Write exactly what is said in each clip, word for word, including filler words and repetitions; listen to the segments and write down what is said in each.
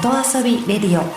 音遊びレディオ。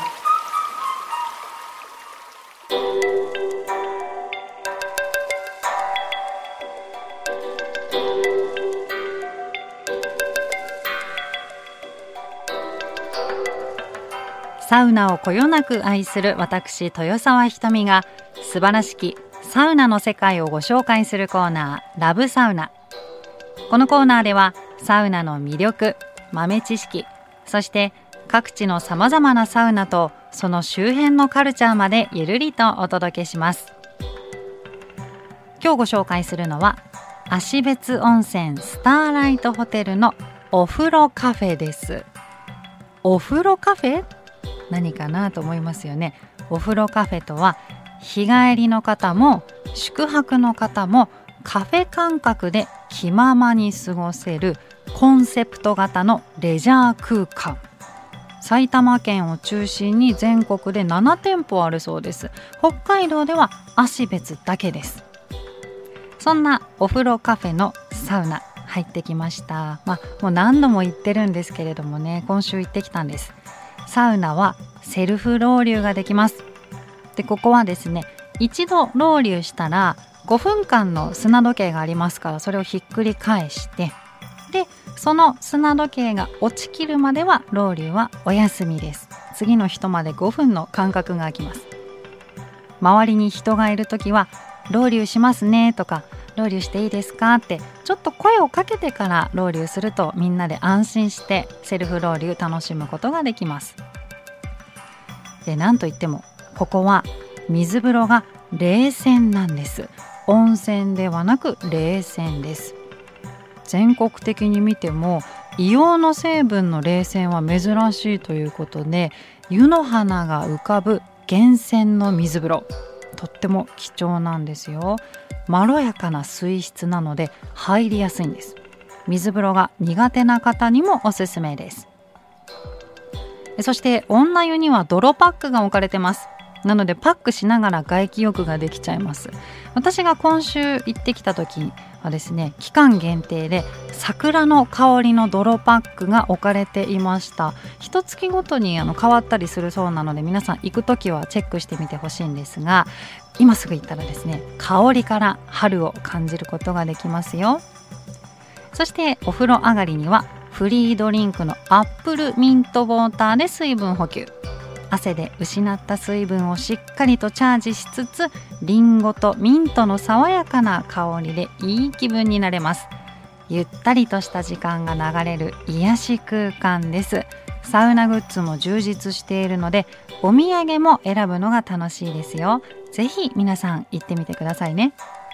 サウナをこよなく愛する私豊沢ひとみが素晴らしきサウナの世界をご紹介するコーナー、ラブサウナ。このコーナーではサウナの魅力、豆知識、そして各地のさまざまなサウナとその周辺のカルチャーまでゆるりとお届けします。今日ご紹介するのは芦別温泉スターライトホテルのお風呂カフェです。お風呂カフェ？何かなと思いますよね。お風呂カフェとは日帰りの方も宿泊の方もカフェ感覚で気ままに過ごせるコンセプト型のレジャー空間。埼玉県を中心に全国でななてんぽあるそうです。北海道では芦別だけです。そんなお風呂カフェのサウナ入ってきました。まあ、もう何度も言ってるんですけれどもね、今週行ってきたんです。サウナはセルフロウリュができます。で、ここはですね、一度ロウリュしたらごふんかんの砂時計がありますから、それをひっくり返して、でその砂時計が落ちきるまではロウリュはお休みです。次の人までごふんの間隔が空きます。周りに人がいるときはロウリュしますねとか、ロウリュしていいですかってちょっと声をかけてからロウリュすると、みんなで安心してセルフロウリュ楽しむことができます。で、なんといってもここは水風呂が冷泉なんです。温泉ではなく冷泉です。全国的に見ても硫黄の成分の冷泉は珍しいということで、湯の花が浮かぶ源泉の水風呂、とっても貴重なんですよ。まろやかな水質なので入りやすいんです。水風呂が苦手な方にもおすすめです。そして女湯には泥パックが置かれてます。なのでパックしながら外気浴ができちゃいます。私が今週行ってきた時はですね、期間限定で桜の香りの泥パックが置かれていました。一月ごとにあの変わったりするそうなので、皆さん行く時はチェックしてみてほしいんですが、今すぐ行ったらですね、香りから春を感じることができますよ。そしてお風呂上がりにはフリードリンクのアップルミントウォーターで水分補給。汗で失った水分をしっかりとチャージしつつ、リンゴとミントの爽やかな香りでいい気分になれます。ゆったりとした時間が流れる癒し空間です。サウナグッズも充実しているので、お土産も選ぶのが楽しいですよ。ぜひ皆さん行ってみてくださいね。